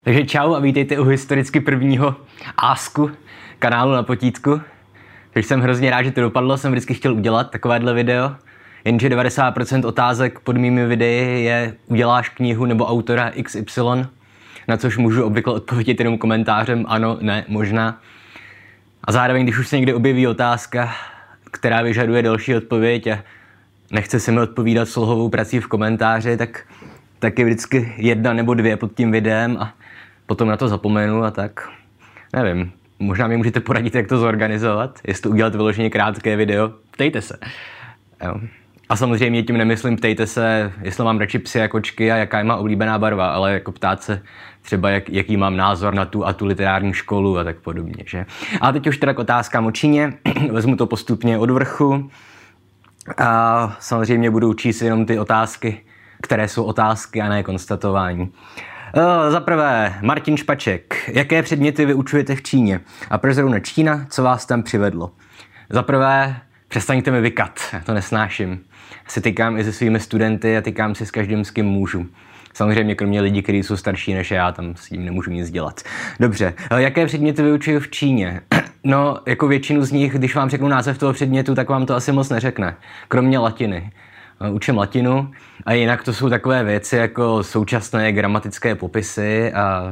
Takže čau a vítejte u historicky prvního Asku kanálu na potítku. Takže jsem hrozně rád, že to dopadlo, jsem vždycky chtěl udělat takovéhle video. Jenže 90% otázek pod mými videi je uděláš knihu nebo autora XY, na což můžu obvykle odpovědět jenom komentářem ano, ne, možná. A zároveň, když už se někde objeví otázka, která vyžaduje další odpověď a nechce se mi odpovídat slohovou prací v komentáři, tak je vždycky jedna nebo dvě pod tím videem a potom na to zapomenu a tak. Nevím, možná mi můžete poradit, jak to zorganizovat, jestli udělat vyloženě krátké video. Ptejte se. Jo. A samozřejmě tím nemyslím ptejte se, jestli mám radši psy a kočky a jaká je má oblíbená barva, ale jako ptát se třeba, jaký mám názor na tu a tu literární školu a tak podobně, že? A teď už teda k otázkám o Číně, vezmu to postupně od vrchu a samozřejmě budu číst jenom ty otázky, které jsou otázky a ne konstatování. Za prvé, Martin Špaček. Jaké předměty vyučujete v Číně? A proč zrovna Čína? Co vás tam přivedlo? Za prvé, přestaňte mi vykat. Já to nesnáším. Já si tykám i se svými studenty a tykám si s každým, s kým můžu. Samozřejmě kromě lidí, kteří jsou starší než já, tam s tím nemůžu nic dělat. Dobře, jaké předměty vyučuju v Číně? No, jako většinu z nich, když vám řeknu název toho předmětu, tak vám to asi moc neřekne. Kromě latiny. Učím latinu a jinak to jsou takové věci jako současné gramatické popisy a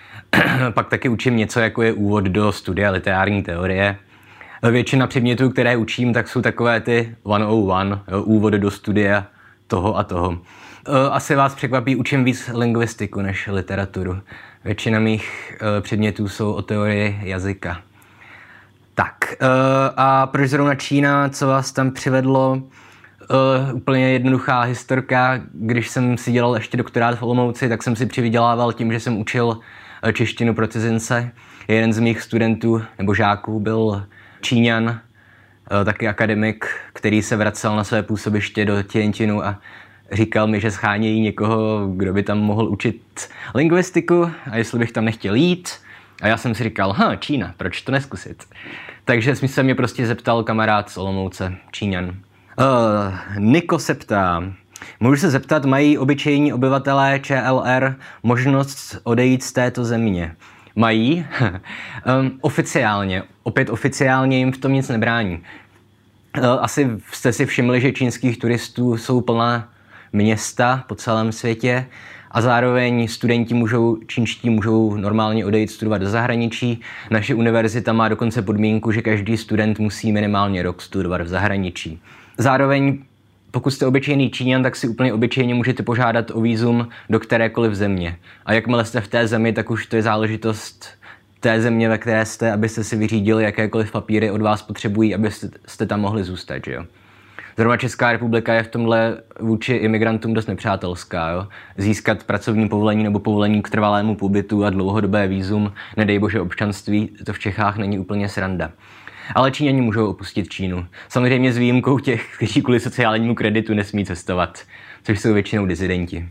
pak taky učím něco, jako je úvod do studia literární teorie. Většina předmětů, které učím, tak jsou takové ty 101, úvod do studia toho a toho. Asi vás překvapí, učím víc lingvistiku než literaturu. Většina mých předmětů jsou o teorii jazyka. Tak, a proč zrovna Čína, co vás tam přivedlo? Úplně jednoduchá historka, když jsem si dělal ještě doktorát v Olomouci, tak jsem si přivydělával tím, že jsem učil češtinu pro cizince. Jeden z mých studentů nebo žáků byl Číňan, taky akademik, který se vracel na své působiště do Tientinu a říkal mi, že schánějí někoho, kdo by tam mohl učit lingvistiku a jestli bych tam nechtěl jít. A já jsem si říkal, Čína, proč to neskusit? Takže se mě prostě zeptal kamarád z Olomouce, Číňan. Niko se ptá, můžu se zeptat, mají obyčejní obyvatelé ČLR možnost odejít z této země? Mají? Oficiálně. Opět oficiálně jim v tom nic nebrání. Asi jste si všimli, že čínských turistů jsou plná města po celém světě a zároveň studenti čínští můžou normálně odejít studovat do zahraničí. Naše univerzita má dokonce podmínku, že každý student musí minimálně rok studovat v zahraničí. Zároveň, pokud jste obyčejný Číňan, tak si úplně obyčejně můžete požádat o vízum do kterékoliv země. A jakmile jste v té zemi, tak už to je záležitost té země, ve které jste, abyste si vyřídili jakékoliv papíry od vás potřebují, abyste tam mohli zůstat, že jo. Zrovna Česká republika je v tomhle vůči imigrantům dost nepřátelská, jo. Získat pracovní povolení nebo povolení k trvalému pobytu a dlouhodobé vízum, nedej bože občanství, to v Čechách není úplně sranda. Ale Číňani můžou opustit Čínu. Samozřejmě s výjimkou těch, kteří kvůli sociálnímu kreditu nesmí cestovat, což jsou většinou disidenti.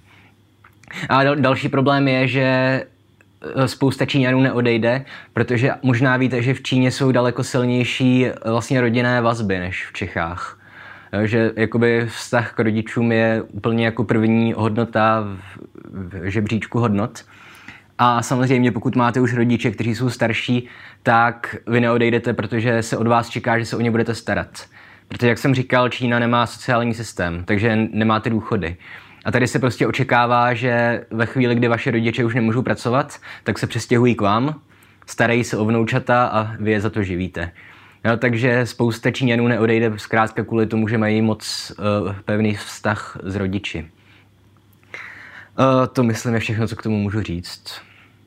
A další problém je, že spousta Číňanů neodejde, protože možná víte, že v Číně jsou daleko silnější vlastně rodinné vazby než v Čechách. Že jakoby vztah k rodičům je úplně jako první hodnota v žebříčku hodnot. A samozřejmě, pokud máte už rodiče, kteří jsou starší, tak vy neodejdete, protože se od vás čeká, že se o ně budete starat. Protože, jak jsem říkal, Čína nemá sociální systém, takže nemáte důchody. A tady se prostě očekává, že ve chvíli, kdy vaše rodiče už nemůžou pracovat, tak se přestěhují k vám, starají se o vnoučata a vy je za to živíte. No, takže spousta Číňanů neodejde zkrátka kvůli tomu, že mají moc pevný vztah s rodiči. To myslím je všechno, co k tomu můžu říct.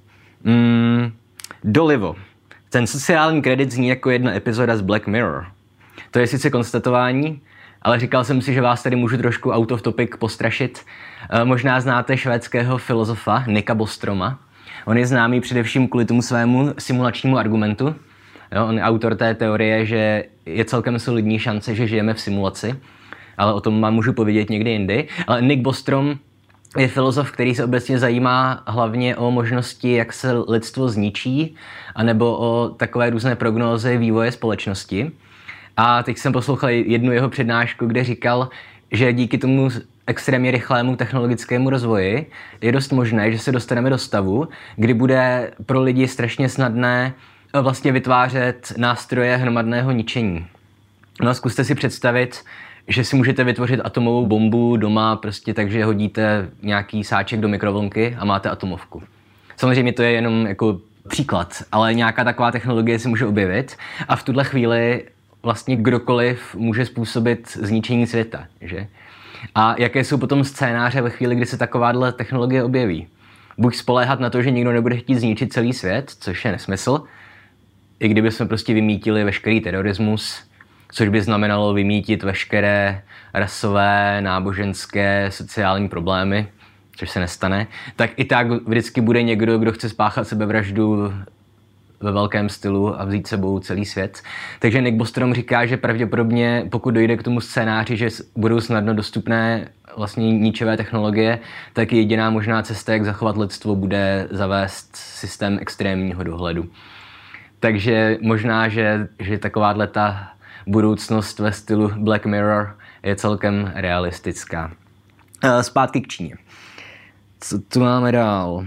Dolivo. Ten sociální kredit zní jako jedna epizoda z Black Mirror. To je sice konstatování, ale říkal jsem si, že vás tady můžu trošku out of topic postrašit. Možná znáte švédského filozofa Nika Bostroma. On je známý především kvůli tomu svému simulačnímu argumentu. Jo, on je autor té teorie, že je celkem solidní šance, že žijeme v simulaci, ale o tom vám můžu povědět někdy jindy. Ale Nick Bostrom je filozof, který se obecně zajímá hlavně o možnosti, jak se lidstvo zničí, anebo o takové různé prognózy vývoje společnosti. A teď jsem poslouchal jednu jeho přednášku, kde říkal, že díky tomu extrémně rychlému technologickému rozvoji je dost možné, že se dostaneme do stavu, kdy bude pro lidi strašně snadné vlastně vytvářet nástroje hromadného ničení. No a zkuste si představit, že si můžete vytvořit atomovou bombu doma prostě tak, že hodíte nějaký sáček do mikrovlnky a máte atomovku. Samozřejmě to je jenom jako příklad, ale nějaká taková technologie se může objevit a v tuhle chvíli vlastně kdokoliv může způsobit zničení světa, že? A jaké jsou potom scénáře ve chvíli, kdy se takováhle technologie objeví? Buď spoléhat na to, že nikdo nebude chtít zničit celý svět, což je nesmysl, i kdyby jsme prostě vymítili veškerý terorismus, což by znamenalo vymítit veškeré rasové, náboženské, sociální problémy, což se nestane, tak i tak vždycky bude někdo, kdo chce spáchat sebevraždu ve velkém stylu a vzít sebou celý svět. Takže Nick Bostrom říká, že pravděpodobně, pokud dojde k tomu scénáři, že budou snadno dostupné vlastně ničivé technologie, tak jediná možná cesta, jak zachovat lidstvo, bude zavést systém extrémního dohledu. Takže možná, že takováhle ta budoucnost ve stylu Black Mirror je celkem realistická. Zpátky k Číně. Co tu máme dál?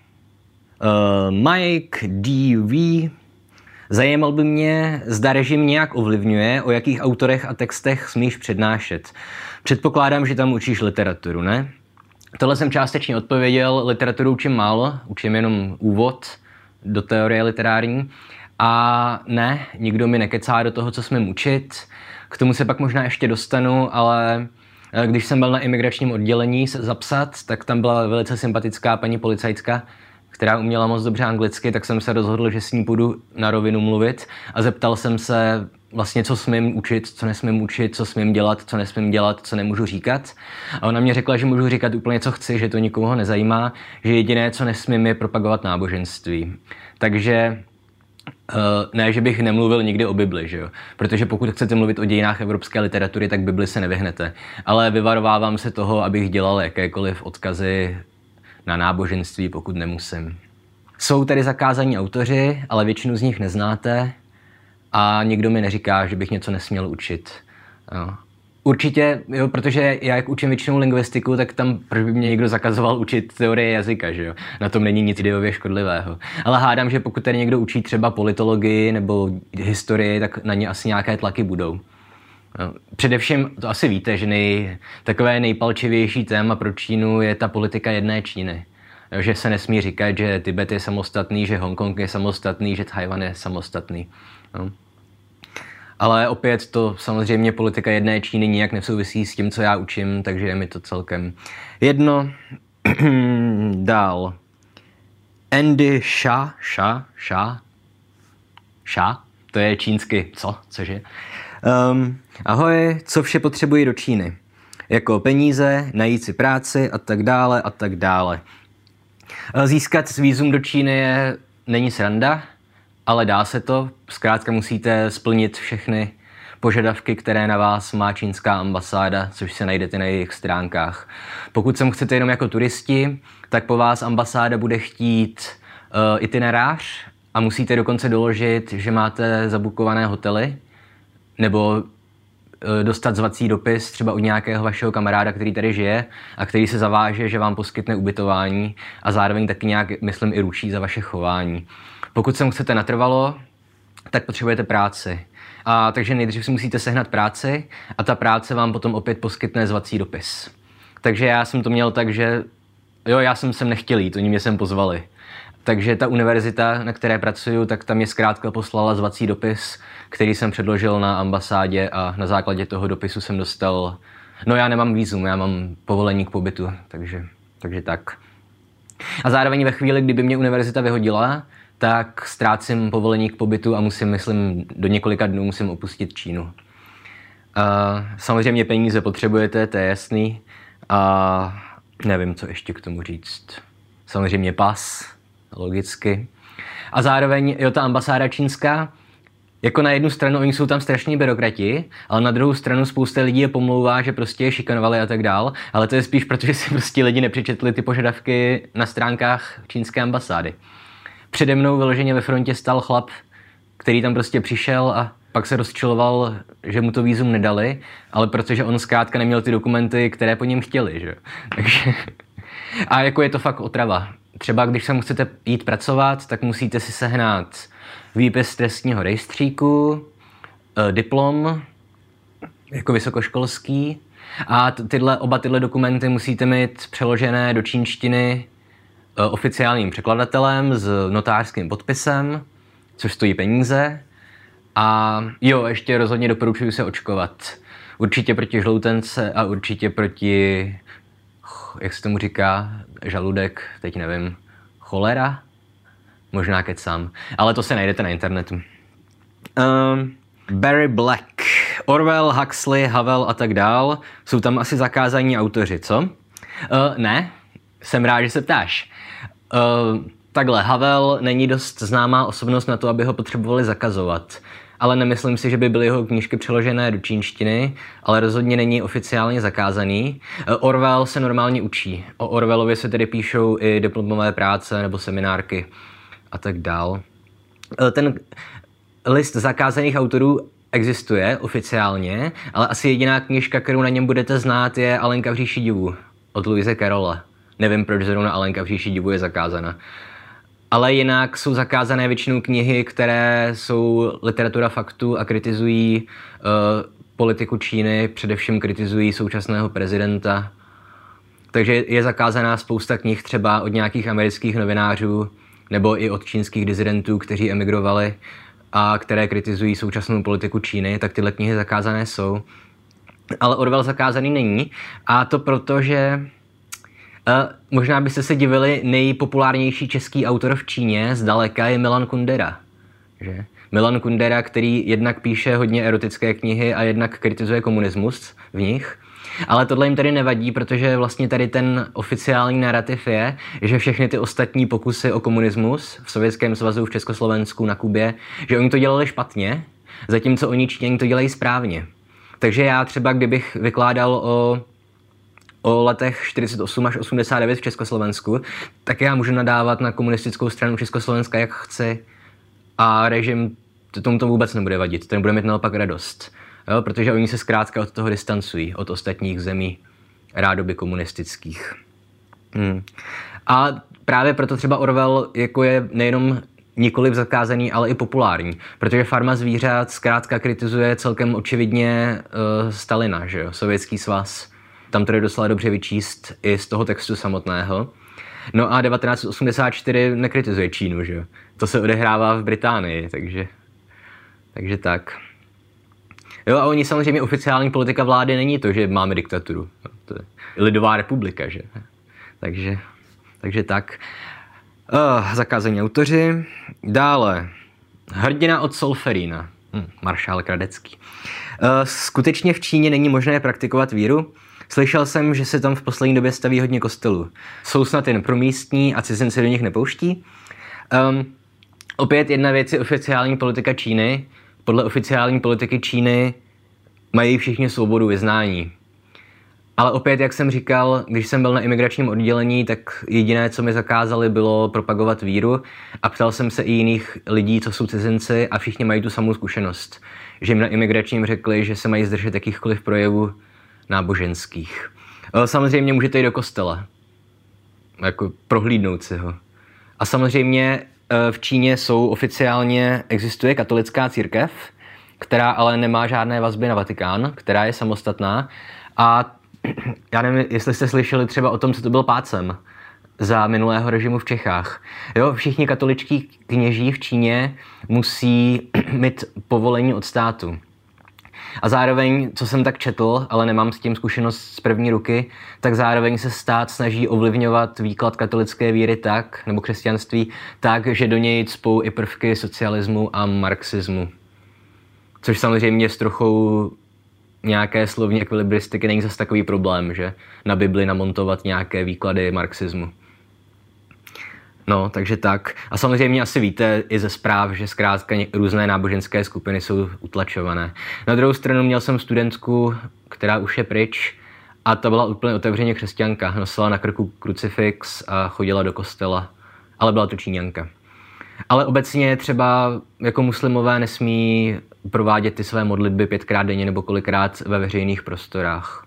Mike DV. Zajímal by mě, zda režim nějak ovlivňuje, o jakých autorech a textech smíš přednášet. Předpokládám, že tam učíš literaturu, ne? Tohle jsem částečně odpověděl, literaturu učím málo, učím jenom úvod do teorie literární. A ne, nikdo mi nekecá do toho, co smím učit. K tomu se pak možná ještě dostanu, ale když jsem byl na imigračním oddělení se zapsat, tak tam byla velice sympatická paní policajtka, která uměla moc dobře anglicky, tak jsem se rozhodl, že s ní půjdu na rovinu mluvit a zeptal jsem se vlastně, co smím učit, co nesmím učit, co smím dělat, co nesmím dělat, co nemůžu říkat. A ona mě řekla, že můžu říkat úplně, co chci, že to nikoho nezajímá, že jediné, co nesmím, je propagovat náboženství. Takže ne, že bych nemluvil nikdy o Bibli, že jo? Protože pokud chcete mluvit o dějinách evropské literatury, tak Bibli se nevyhnete. Ale vyvarovávám se toho, abych dělal jakékoliv odkazy na náboženství, pokud nemusím. Jsou tady zakázaní autoři, ale většinu z nich neznáte a nikdo mi neříká, že bych něco nesměl učit. Jo. Určitě, jo, protože já jak učím většinou lingvistiku, tak tam proč by mě někdo zakazoval učit teorie jazyka, že jo? Na tom není nic ideově škodlivého. Ale hádám, že pokud tady někdo učí třeba politologii nebo historii, tak na ně asi nějaké tlaky budou. No, především, to asi víte, že takové nejpalčivější téma pro Čínu je ta politika jedné Číny. Jo, že se nesmí říkat, že Tibet je samostatný, že Hongkong je samostatný, že Tchaj-wan je samostatný. No. Ale opět to samozřejmě politika jedné Číny nijak nesouvisí s tím, co já učím, takže je mi to celkem jedno. Dál. Andy Shah, to je čínsky, cože? Ahoj, co vše potřebuji do Číny? Jako peníze, najít si práci a tak dále a tak dále. Získat vízum do Číny není sranda, ale dá se to. Zkrátka musíte splnit všechny požadavky, které na vás má čínská ambasáda, což se najdete na jejich stránkách. Pokud sem chcete jenom jako turisti, tak po vás ambasáda bude chtít itinerář a musíte dokonce doložit, že máte zabukované hotely nebo dostat zvací dopis třeba od nějakého vašeho kamaráda, který tady žije a který se zaváže, že vám poskytne ubytování a zároveň taky nějak, myslím, i ručí za vaše chování. Pokud sem chcete natrvalo, tak potřebujete práci. Takže nejdřív si musíte sehnat práci a ta práce vám potom opět poskytne zvací dopis. Takže já jsem to měl tak, že já jsem sem nechtěl jít, oni mě sem pozvali. Takže ta univerzita, na které pracuju, tak tam mě zkrátka poslala zvací dopis, který jsem předložil na ambasádě a na základě toho dopisu jsem dostal, já nemám vízum, já mám povolení k pobytu, takže tak. A zároveň ve chvíli, kdyby mě univerzita vyhodila, tak ztrácím povolení k pobytu a myslím, do několika dnů musím opustit Čínu. Samozřejmě peníze potřebujete, to je jasný. A nevím, co ještě k tomu říct. Samozřejmě pas, logicky. A zároveň, ta ambasáda čínská, jako na jednu stranu oni jsou tam strašní byrokrati, ale na druhou stranu spousta lidí je pomlouvá, že prostě je šikanovali a tak dál, ale to je spíš proto, že si prostě lidi nepřečetli ty požadavky na stránkách čínské ambasády. Přede mnou vyloženě ve frontě stál chlap, který tam prostě přišel a pak se rozčiloval, že mu to vízum nedali, ale protože on zkrátka neměl ty dokumenty, které po něm chtěli, že? Takže... A jako je to fakt otrava. Třeba když sem chcete jít pracovat, tak musíte si sehnat výpis trestního rejstříku, diplom, jako vysokoškolský, a oba tyhle dokumenty musíte mít přeložené do čínštiny oficiálním překladatelem s notářským podpisem, což stojí peníze. A jo, ještě rozhodně doporučuji se očkovat. Určitě proti žloutence a určitě proti, jak se tomu říká, žaludek, teď nevím, cholera? Možná kecám, ale to se najdete na internetu. Barry Black, Orwell, Huxley, Havel a tak dál. Jsou tam asi zakázaní autoři, co? Ne, jsem rád, že se ptáš. Takhle, Havel není dost známá osobnost na to, aby ho potřebovali zakazovat. Ale nemyslím si, že by byly jeho knížky přeložené do čínštiny, ale rozhodně není oficiálně zakázaný. Orwell se normálně učí. O Orwellově se tedy píšou i diplomové práce nebo seminárky a tak dál. Ten list zakázaných autorů existuje oficiálně, ale asi jediná knížka, kterou na něm budete znát, je Alenka v říši divů od Louise Carrolle. Nevím, proč zrovna Alenka v říši divů je zakázána. Ale jinak jsou zakázané většinou knihy, které jsou literatura faktů a kritizují politiku Číny, především kritizují současného prezidenta. Takže je zakázaná spousta knih třeba od nějakých amerických novinářů nebo i od čínských disidentů, kteří emigrovali a které kritizují současnou politiku Číny, tak tyhle knihy zakázané jsou. Ale Orwell zakázaný není, a to proto, že možná byste se divili, nejpopulárnější český autor v Číně zdaleka je Milan Kundera. Že? Milan Kundera, který jednak píše hodně erotické knihy a jednak kritizuje komunismus v nich. Ale tohle jim tady nevadí, protože vlastně tady ten oficiální narrativ je, že všechny ty ostatní pokusy o komunismus v Sovětském svazu, v Československu, na Kubě, že oni to dělali špatně, zatímco oni Číňani to dělají správně. Takže já třeba, kdybych vykládal o letech 48 až 89 v Československu, tak já můžu nadávat na komunistickou stranu Československa, jak chci, a režim tomu to vůbec nebude vadit, ten bude mít naopak radost. Jo, protože oni se zkrátka od toho distancují, od ostatních zemí rádoby komunistických. A právě proto třeba Orwell jako je nejenom nikoliv zakázaný, ale i populární, protože Farma zvířat zkrátka kritizuje celkem očividně Stalina, že jo, Sovětský svaz. Tam to je docela dobře vyčíst i z toho textu samotného. No a 1984 nekritizuje Čínu, že jo. To se odehrává v Británii, takže tak. Jo, a oni samozřejmě oficiální politika vlády není to, že máme diktaturu. To je lidová republika, že? Takže tak. Zakázaní autoři. Dále. Hrdina od Solferína. Maršál Kradecký. Skutečně v Číně není možné praktikovat víru? Slyšel jsem, že se tam v poslední době staví hodně kostelů. Jsou snad jen pro místní a cizinci do nich nepouští? Opět jedna věc je oficiální politika Číny. Podle oficiální politiky Číny mají všichni svobodu vyznání. Ale opět, jak jsem říkal, když jsem byl na imigračním oddělení, tak jediné, co mi zakázali, bylo propagovat víru, a ptal jsem se i jiných lidí, co jsou cizinci, a všichni mají tu samou zkušenost. Že jim na imigračním řekli, že se mají zdržet jakýchkoliv projevů náboženských. Samozřejmě můžete jít do kostela. Jako prohlídnout si ho. A samozřejmě v Číně existuje katolická církev, která ale nemá žádné vazby na Vatikán, která je samostatná. A já nevím, jestli jste slyšeli třeba o tom, co to byl pácem za minulého režimu v Čechách. Jo, všichni katoličtí kněží v Číně musí mít povolení od státu. A zároveň, co jsem tak četl, ale nemám s tím zkušenost z první ruky, tak zároveň se stát snaží ovlivňovat výklad katolické víry tak, nebo křesťanství, tak, že do něj cpou i prvky socialismu a marxismu. Což samozřejmě s trochou nějaké slovní ekvilibristiky není zase takový problém, že na Bibli namontovat nějaké výklady marxismu. No, takže tak. A samozřejmě asi víte i ze zpráv, že zkrátka různé náboženské skupiny jsou utlačované. Na druhou stranu měl jsem studentku, která už je pryč, a ta byla úplně otevřeně křesťanka. Nosila na krku krucifix a chodila do kostela, ale byla to Číňanka. Ale obecně třeba jako muslimové nesmí provádět ty své modlitby 5krát denně nebo kolikrát ve veřejných prostorách.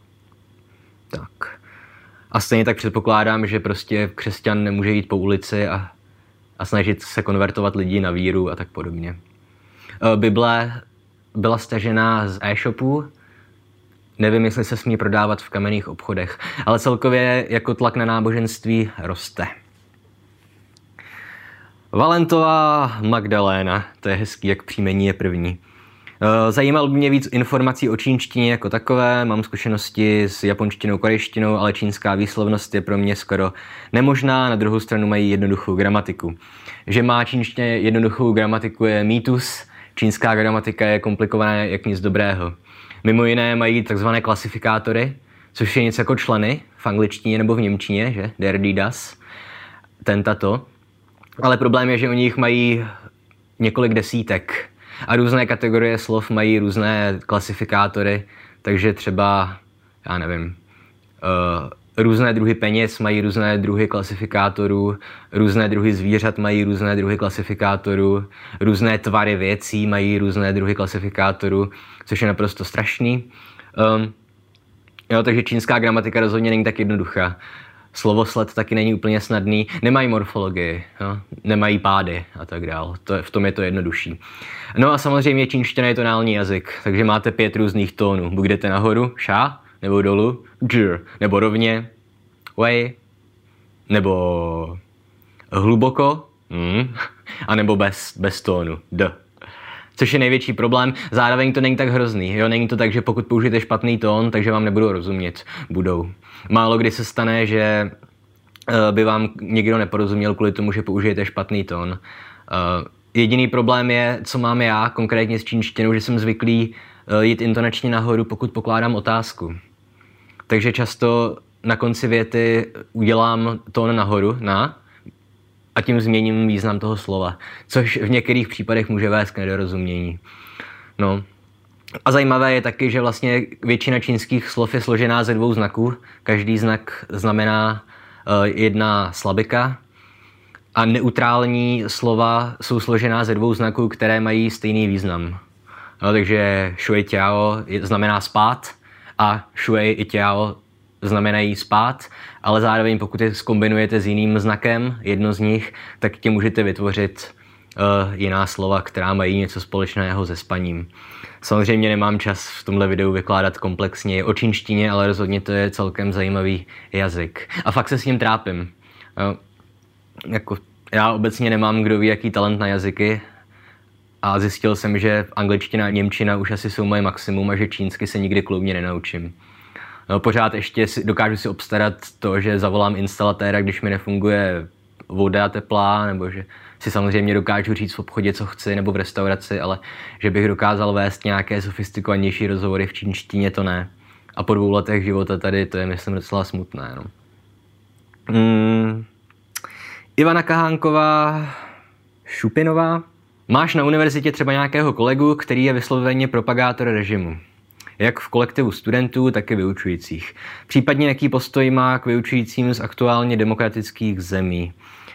Tak. A stejně tak předpokládám, že prostě křesťan nemůže jít po ulici a snažit se konvertovat lidi na víru a tak podobně. Bible byla stažená z e-shopu, nevím, jestli se smí prodávat v kamenných obchodech, ale celkově jako tlak na náboženství roste. Valentová Magdaléna, to je hezký, jak příjmení je první. Zajímalo by mě víc informací o čínštině jako takové, mám zkušenosti s japonštinou, korejštinou, ale čínská výslovnost je pro mě skoro nemožná, na druhou stranu mají jednoduchou gramatiku. Že má čínština jednoduchou gramatiku je mýtus, čínská gramatika je komplikovaná jak nic dobrého. Mimo jiné mají takzvané klasifikátory, což je něco jako členy v angličtině nebo v němčině, že? Der, die, das, ten, tato. Ale problém je, že oni jich mají několik desítek a různé kategorie slov mají různé klasifikátory, takže třeba, já nevím, různé druhy peněz mají různé druhy klasifikátorů, různé druhy zvířat mají různé druhy klasifikátorů, různé tvary věcí mají různé druhy klasifikátorů, což je naprosto strašný. Takže čínská gramatika rozhodně není tak jednoduchá. Slovosled taky není úplně snadný, nemají morfologii, nemají pády a tak dál. V tom je to jednodušší. No a samozřejmě čínština je tonální jazyk, takže máte 5 různých tónů. Buď jdete nahoru, ša, nebo dolů, džr, nebo rovně, wei, nebo hluboko, a nebo bez tónu, d. Což je největší problém, zároveň to není tak hrozný, jo? Není to tak, že pokud použijete špatný tón, takže vám nebudou rozumět, budou. Málo kdy se stane, že by vám někdo neporozuměl kvůli tomu, že použijete špatný tón. Jediný problém je, co mám já, konkrétně s čínštinou, že jsem zvyklý jít intonačně nahoru, pokud pokládám otázku. Takže často na konci věty udělám tón nahoru, na, a tím změním význam toho slova, což v některých případech může vést k nedorozumění. No. A zajímavé je taky, že vlastně většina čínských slov je složená ze 2 znaků. Každý znak znamená jedna slabika a neutrální slova jsou složená ze 2 znaků, které mají stejný význam. No, takže shui tiao znamená spát a shui i tiao znamenají spát, ale zároveň pokud je zkombinujete s jiným znakem, jedno z nich, tak tím můžete vytvořit jiná slova, která mají něco společného se spaním. Samozřejmě nemám čas v tomhle videu vykládat komplexně o čínštině, ale rozhodně to je celkem zajímavý jazyk. A fakt se s ním trápím. Já obecně nemám kdo ví jaký talent na jazyky a zjistil jsem, že angličtina a němčina už asi jsou moje maximum a že čínsky se nikdy kloubně nenaučím. Pořád ještě dokážu si obstarat to, že zavolám instalatéra, když mi nefunguje voda teplá, nebo že si samozřejmě dokážu říct v obchodě, co chci, nebo v restauraci, ale že bych dokázal vést nějaké sofistikovanější rozhovory v čínštině, to ne. A po 2 letech života tady to je, myslím, docela smutné. No. Ivana Kahánková, Šupinová. Máš na univerzitě třeba nějakého kolegu, který je vysloveně propagátor režimu? Jak v kolektivu studentů, tak i vyučujících. Případně jaký postoj má k vyučujícím z aktuálně demokratických zemí.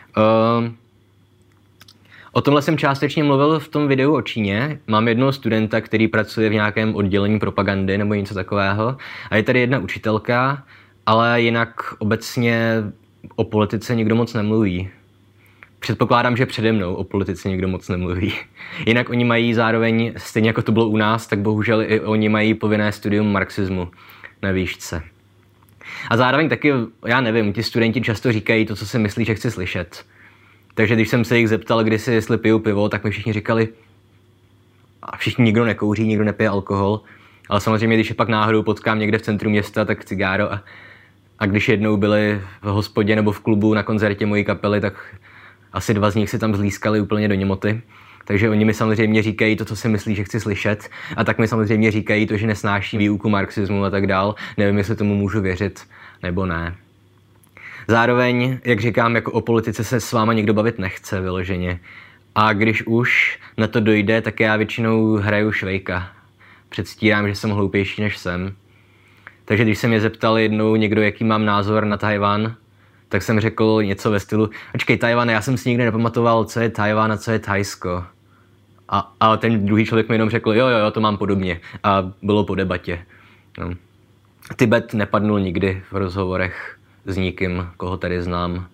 O tomhle jsem částečně mluvil v tom videu o Číně. Mám jednoho studenta, který pracuje v nějakém oddělení propagandy nebo něco takového. A je tady jedna učitelka, ale jinak obecně o politice nikdo moc nemluví. Předpokládám, že přede mnou o politice nikdo moc nemluví. Jinak oni mají zároveň, stejně jako to bylo u nás, tak bohužel i oni mají povinné studium marxismu na výšce. A zároveň taky, já nevím, ti studenti často říkají to, co si myslí, že chci slyšet. Takže když jsem se jich zeptal kdysi, jestli pijou pivo, tak mi všichni říkali, a všichni nikdo nekouří, nikdo nepije alkohol, ale samozřejmě, když je pak náhodou potkám někde v centru města, tak cigáro. A když jednou byli v hospodě nebo v klubu na koncertě mojí kapely, tak asi 2 z nich si tam zlískali úplně do němoty. Takže oni mi samozřejmě říkají to, co si myslí, že chci slyšet. A tak mi samozřejmě říkají to, že nesnáší výuku marxismu a tak dál. Nevím, jestli tomu můžu věřit, nebo ne. Zároveň, jak říkám, jako o politice se s váma někdo bavit nechce vyloženě. A když už na to dojde, tak já většinou hraju švejka. Předstírám, že jsem hloupější, než jsem. Takže když se mě zeptal jednou někdo, jaký mám názor na Tchaj-wan, tak jsem řekl něco ve stylu, počkej, Tajvan, já jsem si nikdy nepamatoval, co je Tajvan a co je Thajsko. A ten druhý člověk mi jenom řekl, jo, to mám podobně. A bylo po debatě. No. Tibet nepadnul nikdy v rozhovorech s nikým, koho tady znám.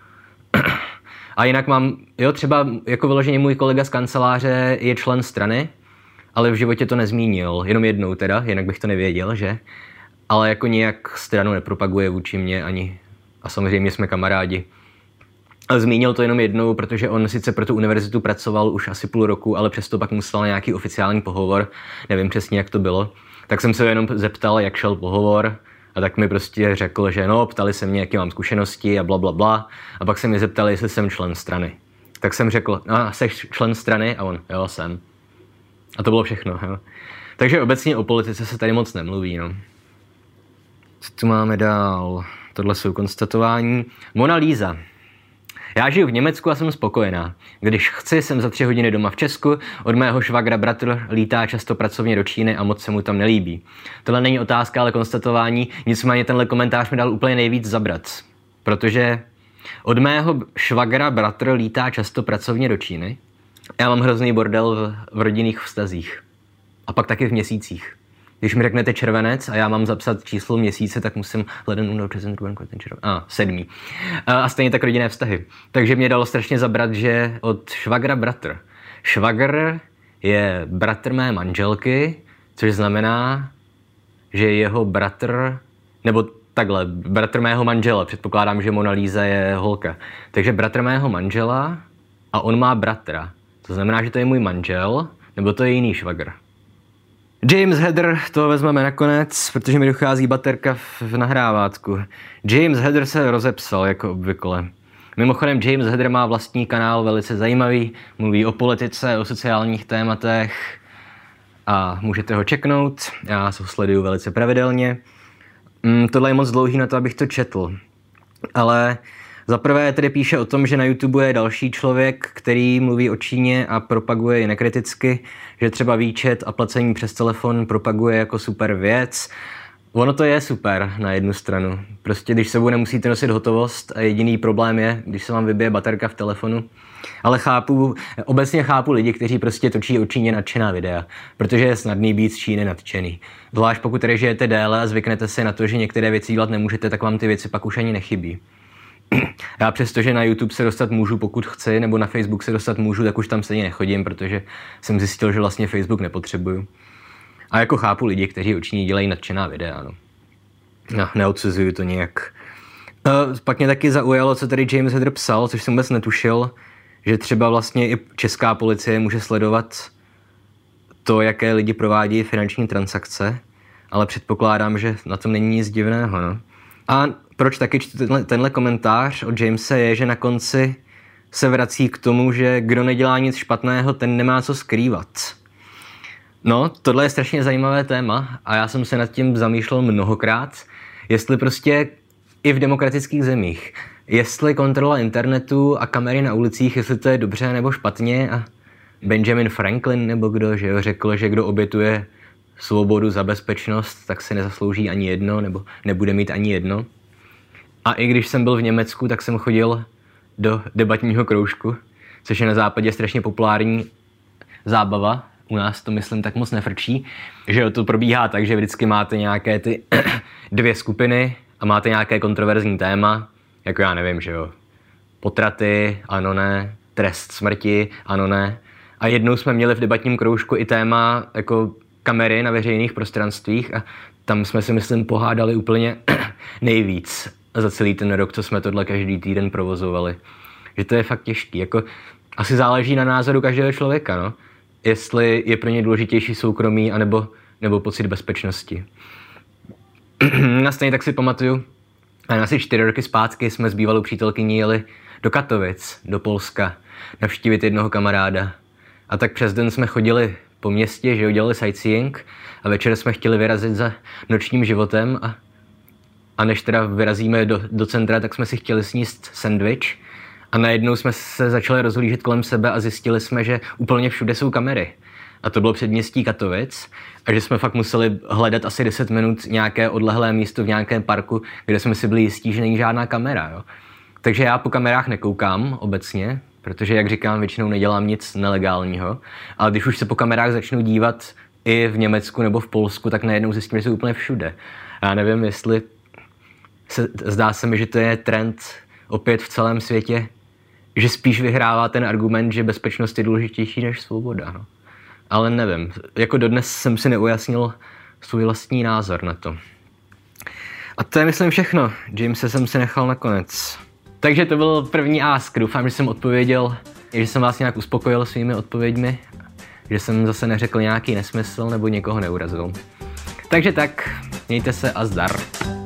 A jinak mám, třeba jako vyloženě můj kolega z kanceláře je člen strany, ale v životě to nezmínil, jenom jednou teda, jinak bych to nevěděl, že? Ale jako nějak stranu nepropaguje vůči mě ani, a samozřejmě jsme kamarádi. Ale zmínil to jenom jednou, protože on sice pro tu univerzitu pracoval už asi půl roku, ale přesto pak musel nějaký oficiální pohovor, nevím přesně, jak to bylo. Tak jsem se jenom zeptal, jak šel pohovor, a tak mi prostě řekl, že ptali se mě, jaké mám zkušenosti a bla. A pak se mi zeptali, jestli jsem člen strany. Tak jsem řekl, jsi člen strany? A on, jo, jsem. A to bylo všechno. Jo. Takže obecně o politice se tady moc nemluví. No. Co tu máme dál? Tohle jsou konstatování. Mona Lisa. Já žiju v Německu a jsem spokojená. Když chci, jsem za 3 hodiny doma v Česku, od mého švagra bratr lítá často pracovně do Číny a moc se mu tam nelíbí. Tohle není otázka, ale konstatování, nicméně tenhle komentář mi dal úplně nejvíc zabrat. Protože od mého švagra bratr lítá často pracovně do Číny. Já mám hrozný bordel v rodinných vztazích. A pak taky v měsících. Když mi řeknete červenec a já mám zapsat číslo měsíce, tak musím leden, únor, březen, duben, květen, červen. 7. A stejně tak rodinné vztahy. Takže mě dalo strašně zabrat, že od švagra bratr. Švagr je bratr mé manželky, což znamená, že jeho bratr, nebo takhle, bratr mého manžela, předpokládám, že Mona Lisa je holka. Takže bratr mého manžela a on má bratra. To znamená, že to je můj manžel, nebo to je jiný švagr. James Hedder, to vezmeme nakonec, protože mi dochází baterka v nahrávátku. James Hedder se rozepsal, jako obvykle. Mimochodem, James Hedder má vlastní kanál, velice zajímavý, mluví o politice, o sociálních tématech a můžete ho čeknout. Já ho sleduju velice pravidelně. Tohle je moc dlouhý na to, abych to četl. Ale zaprvé tedy píše o tom, že na YouTube je další člověk, který mluví o Číně a propaguje ji nekriticky, že třeba výčet a placení přes telefon propaguje jako super věc. Ono to je super na jednu stranu. Prostě když sebou nemusíte nosit hotovost a jediný problém je, když se vám vybije baterka v telefonu. Ale obecně chápu lidi, kteří prostě točí o Číně nadšená videa, protože je snadný být z Číny nadšený. Zvlášť pokud tady žijete déle a zvyknete si na to, že některé věci dělat nemůžete, tak vám ty věci pak už ani nechybí. Já přestože na YouTube se dostat můžu, pokud chci, nebo na Facebook se dostat můžu, tak už tam stejně nechodím, protože jsem zjistil, že vlastně Facebook nepotřebuju. A jako chápu lidi, kteří o Číně dělají nadšená videa, no. Neodsuzuju to nějak. Pak mě taky zaujalo, co tady James Hedder psal, což jsem vůbec netušil, že třeba vlastně i česká policie může sledovat to, jaké lidi provádí finanční transakce, ale předpokládám, že na tom není nic divného, no. A proč taky čtu tenhle komentář od Jamese je, že na konci se vrací k tomu, že kdo nedělá nic špatného, ten nemá co skrývat. No, tohle je strašně zajímavé téma a já jsem se nad tím zamýšlel mnohokrát, jestli prostě i v demokratických zemích, jestli kontrola internetu a kamery na ulicích, jestli to je dobře nebo špatně a Benjamin Franklin nebo kdo, že jo, řekl, že kdo obětuje svobodu za bezpečnost, tak si nezaslouží ani jedno nebo nebude mít ani jedno. A i když jsem byl v Německu, tak jsem chodil do debatního kroužku, což je na západě strašně populární zábava. U nás to, myslím, tak moc nefrčí, že to probíhá tak, že vždycky máte nějaké ty 2 skupiny a máte nějaké kontroverzní téma, jako já nevím, že jo, potraty, ano ne, trest smrti, ano ne. A jednou jsme měli v debatním kroužku i téma jako kamery na veřejných prostranstvích a tam jsme si, myslím, pohádali úplně nejvíc za celý ten rok, co jsme tohle každý týden provozovali. Že to je fakt těžký, jako asi záleží na názoru každého člověka, no. Jestli je pro ně důležitější soukromí nebo pocit bezpečnosti. A stejně tak si pamatuju, asi 4 roky zpátky jsme s bývalou přítelkyní jeli do Katovic, do Polska, navštívit jednoho kamaráda. A tak přes den jsme chodili po městě, že udělali sightseeing a večer jsme chtěli vyrazit za nočním životem a než teda vyrazíme do centra, tak jsme si chtěli sníst sendvič a najednou jsme se začali rozhlížet kolem sebe a zjistili jsme, že úplně všude jsou kamery. A to bylo předměstí Katovic a že jsme fakt museli hledat asi 10 minut nějaké odlehlé místo v nějakém parku, kde jsme si byli jistí, že není žádná kamera. Jo. Takže já po kamerách nekoukám obecně, protože, jak říkám, většinou nedělám nic nelegálního. Ale když už se po kamerách začnu dívat i v Německu nebo v Polsku, tak najednou zjistím, že jsou úplně všude. Já nevím, jestli zdá se mi, že to je trend opět v celém světě, že spíš vyhrává ten argument, že bezpečnost je důležitější než svoboda. No. Ale nevím, jako dodnes jsem si neujasnil svůj vlastní názor na to. A to je, myslím, všechno. Jamese jsem si nechal nakonec. Takže to byl první ask. Doufám, že jsem odpověděl, že jsem vás nějak uspokojil svými odpověďmi, že jsem zase neřekl nějaký nesmysl nebo někoho neurazil. Takže tak, mějte se a zdar.